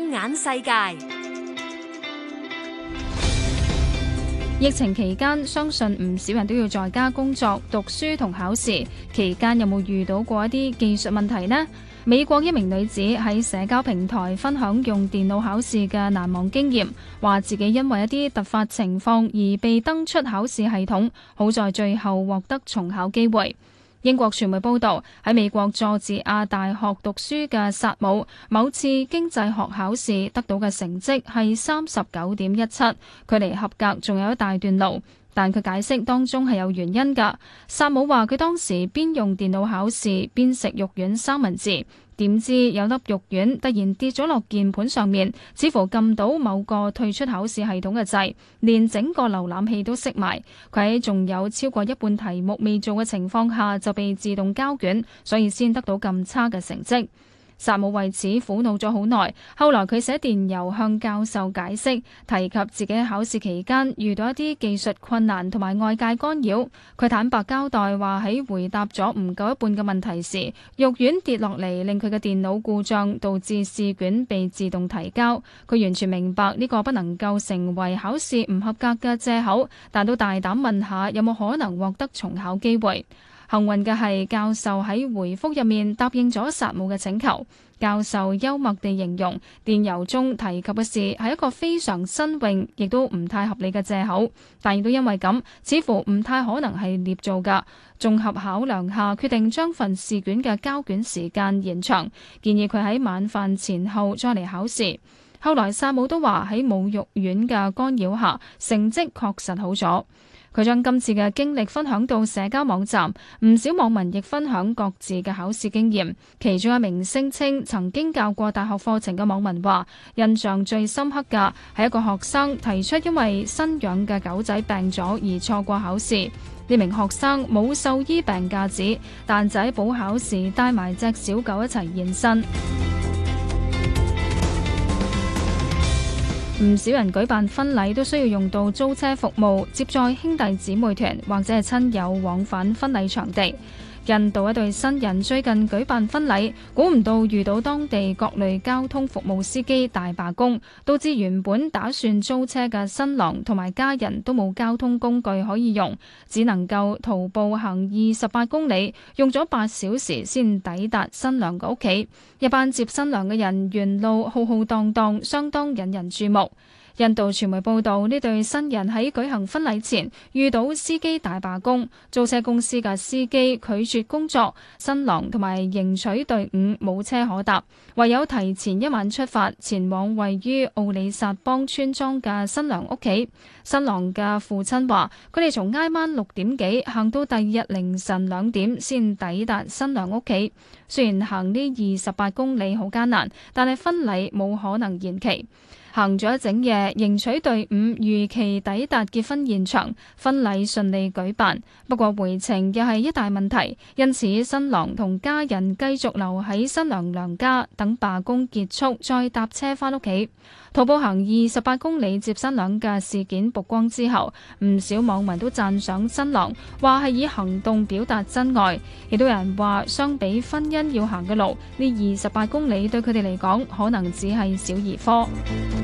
放眼世界， 疫情期間，相信唔少人都要在家工作、讀書同考試。期間有冇遇到過一啲技術問題呢？美國一名女子喺社交平台分享用電腦考試嘅難忘經驗，話自己因為一啲突發情況而被登出考試系統，好在最後獲得重考機會。英國傳媒報導，喺美國佐治亞大學讀書嘅薩姆，某次經濟學考試得到嘅成績係39.17，距離合格仲有一大段路。但佢解釋當中係有原因㗎。薩姆話佢當時邊用電腦考試邊食肉丸三文治，點知有粒肉丸突然跌咗落鍵盤上面，似乎撳到某個退出考試系統嘅掣，連整個瀏覽器都熄埋。佢喺仲有超過一半題目未做嘅情況下就被自動交卷，所以先得到咁差嘅成績。薩姆為此苦惱咗好耐，後來佢寫電郵向教授解釋，提及自己喺考試期間遇到一啲技術困難同埋外界干擾。佢坦白交代話喺回答咗唔夠一半嘅問題時，肉丸跌落嚟令佢嘅電腦故障，導致試卷被自動提交。佢完全明白呢個不能夠成為考試唔合格嘅藉口，但都大膽問下有冇可能獲得重考機會。幸運嘅係，教授喺回覆入面答應咗薩姆嘅請求。教授幽默地形容，電郵中提及嘅事係一個非常新穎，亦都唔太合理嘅藉口，但亦都因為咁，似乎唔太可能係捏造㗎。綜合考量下，決定將份試卷嘅交卷時間延長，建議佢喺晚飯前後再嚟考試。後來薩姆都話喺冇肉丸嘅干擾下，成績確實好咗。佢將今次嘅經歷分享到社交網站，唔少網民亦分享各自嘅考試經驗。其中一名聲稱曾經教過大學課程嘅網民話，印象最深刻嘅係一個學生提出因為新養嘅狗仔病咗而錯過考試。呢名學生冇獸醫病假紙，但就喺補考時帶埋隻小狗一齊現身。唔少人舉辦婚禮都需要用到租車服務，接載兄弟姊妹團或者係親友往返婚禮場地。印度一對新人最近舉辦婚禮，估唔到遇到當地各類交通服務司機大罷工，導致原本打算租車嘅新郎同埋家人都冇交通工具可以用，只能夠徒步行28公里，用咗8小時先抵達新娘嘅屋企。一班接新娘嘅人沿路浩浩蕩蕩，相當引人注目。印度傳媒報道，呢對新人喺舉行婚禮前遇到司機大罷工，租車公司嘅司機拒絕工作，新郎同埋迎娶隊伍冇車可搭，唯有提前一晚出發，前往位於奧里薩邦村莊嘅新娘屋企。新郎嘅父親話，佢哋從挨晚6點幾行到第二日凌晨2點先抵達新娘屋企。雖然行呢28公里好艱難，但係婚禮冇可能延期。行咗一整夜，迎娶隊伍如期抵達結婚現場，婚禮順利舉辦。不過回程又係一大問題，因此新郎同家人繼續留喺新娘娘家，等罷工結束再搭車返屋企。徒步行28公里接新娘嘅事件曝光之後，唔少網民都讚賞新郎，話係以行動表達真愛。亦都有人話，相比婚姻要行嘅路，呢28公里對佢哋嚟講可能只係小兒科。